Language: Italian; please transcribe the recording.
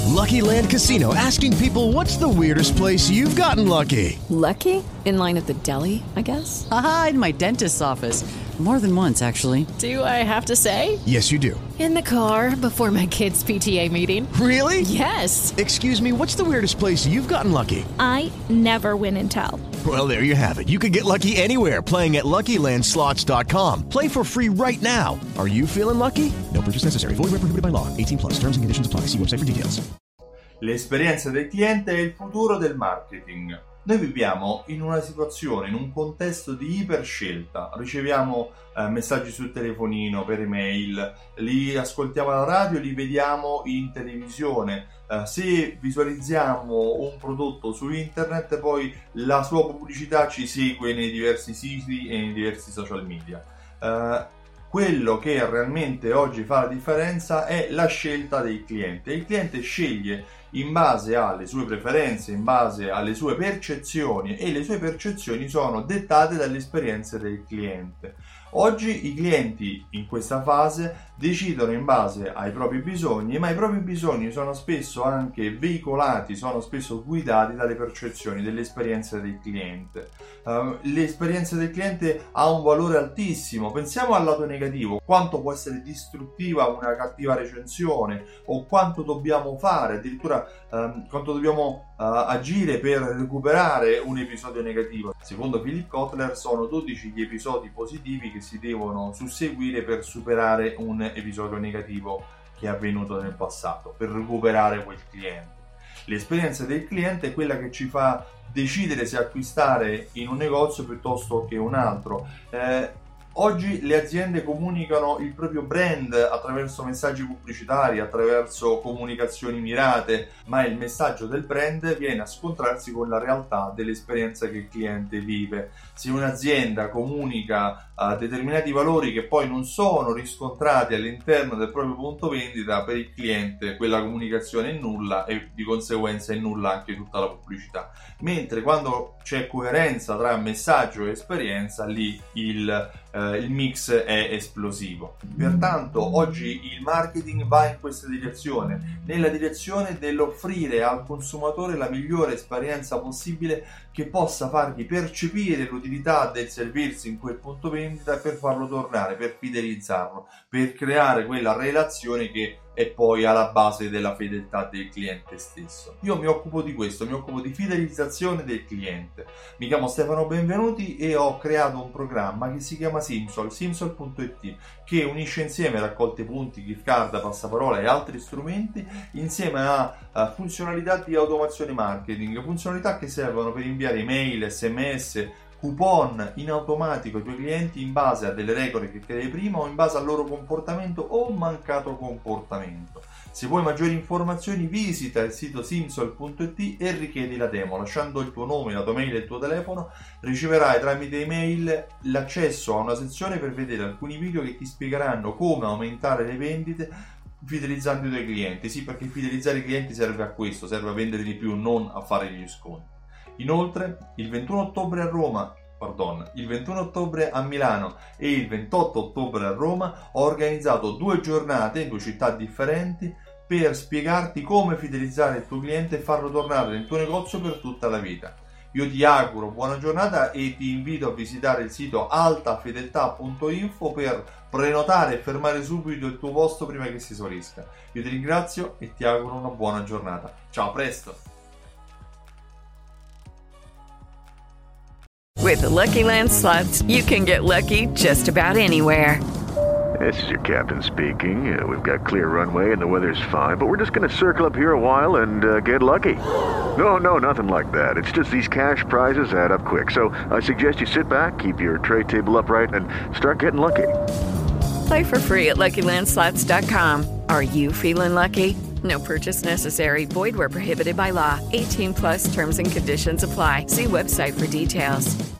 Lucky Land Casino, asking people, what's the weirdest place you've gotten lucky? Lucky? In line at the deli, I guess? Aha, in my dentist's office. More than once, actually. Do I have to say? Yes, you do. In the car before my kids' PTA meeting. Really? Yes. Excuse me, what's the weirdest place you've gotten lucky? I never win and tell. Well, there you have it. You can get lucky anywhere, playing at LuckyLandSlots.com. Play for free right now. Are you feeling lucky? No purchase necessary. Void where prohibited by law. 18+. Terms and conditions apply. See website for details. L'esperienza del cliente è il futuro del marketing. Noi viviamo in una situazione, in un contesto di iperscelta. Riceviamo messaggi sul telefonino, per email, li ascoltiamo alla radio, li vediamo in televisione. Se visualizziamo un prodotto su internet, poi la sua pubblicità ci segue nei diversi siti e nei diversi social media. Quello che realmente oggi fa la differenza è la scelta del cliente. Il cliente sceglie in base alle sue preferenze, in base alle sue percezioni, e le sue percezioni sono dettate dalle esperienze del cliente. Oggi i clienti in questa fase decidono in base ai propri bisogni, ma i propri bisogni sono spesso anche veicolati, sono spesso guidati dalle percezioni, delle esperienze del cliente. L'esperienza del cliente ha un valore altissimo. Pensiamo al lato negativo, quanto può essere distruttiva una cattiva recensione, o quanto dobbiamo fare, addirittura quanto dobbiamo agire per recuperare un episodio negativo. Secondo Philip Kotler sono 12 gli episodi positivi che si devono susseguire per superare un episodio negativo che è avvenuto nel passato, per recuperare quel cliente. L'esperienza del cliente è quella che ci fa decidere se acquistare in un negozio piuttosto che un altro. Oggi le aziende comunicano il proprio brand attraverso messaggi pubblicitari, attraverso comunicazioni mirate, ma il messaggio del brand viene a scontrarsi con la realtà dell'esperienza che il cliente vive. Se un'azienda comunica determinati valori che poi non sono riscontrati all'interno del proprio punto vendita, per il cliente quella comunicazione è nulla e di conseguenza è nulla anche tutta la pubblicità. Mentre quando c'è coerenza tra messaggio e esperienza, lì il mix è esplosivo. Pertanto oggi il marketing va in questa direzione, nella direzione dell'offrire al consumatore la migliore esperienza possibile che possa fargli percepire l'utilità del servirsi in quel punto vendita e per farlo tornare, per fidelizzarlo, per creare quella relazione che è poi alla base della fedeltà del cliente stesso. Io mi occupo di questo, mi occupo di fidelizzazione del cliente. Mi chiamo Stefano Benvenuti e ho creato un programma che si chiama Simsol, simsol.it, che unisce insieme raccolte punti, gift card, passaparola e altri strumenti insieme a funzionalità di automazione marketing, funzionalità che servono per inviare email, sms, coupon in automatico ai tuoi clienti in base a delle regole che crei prima o in base al loro comportamento o mancato comportamento. Se vuoi maggiori informazioni visita il sito simsol.it e richiedi la demo. Lasciando il tuo nome, la tua mail e il tuo telefono riceverai tramite email l'accesso a una sezione per vedere alcuni video che ti spiegheranno come aumentare le vendite fidelizzando i tuoi clienti. Sì, perché fidelizzare i clienti serve a questo, serve a vendere di più, non a fare gli sconti. Inoltre, il 21 ottobre a Milano e il 28 ottobre a Roma ho organizzato 2 giornate in 2 città differenti per spiegarti come fidelizzare il tuo cliente e farlo tornare nel tuo negozio per tutta la vita. Io ti auguro buona giornata e ti invito a visitare il sito altafedeltà.info per prenotare e fermare subito il tuo posto prima che si esaurisca. Io ti ringrazio e ti auguro una buona giornata. Ciao, a presto! With the Lucky Land Slots, you can get lucky just about anywhere. This is your captain speaking. We've got clear runway and the weather's fine, but we're just going to circle up here a while and get lucky. No, nothing like that. It's just these cash prizes add up quick. So I suggest you sit back, keep your tray table upright, and start getting lucky. Play for free at LuckyLandSlots.com. Are you feeling lucky? No purchase necessary. Void where prohibited by law. 18+ terms and conditions apply. See website for details.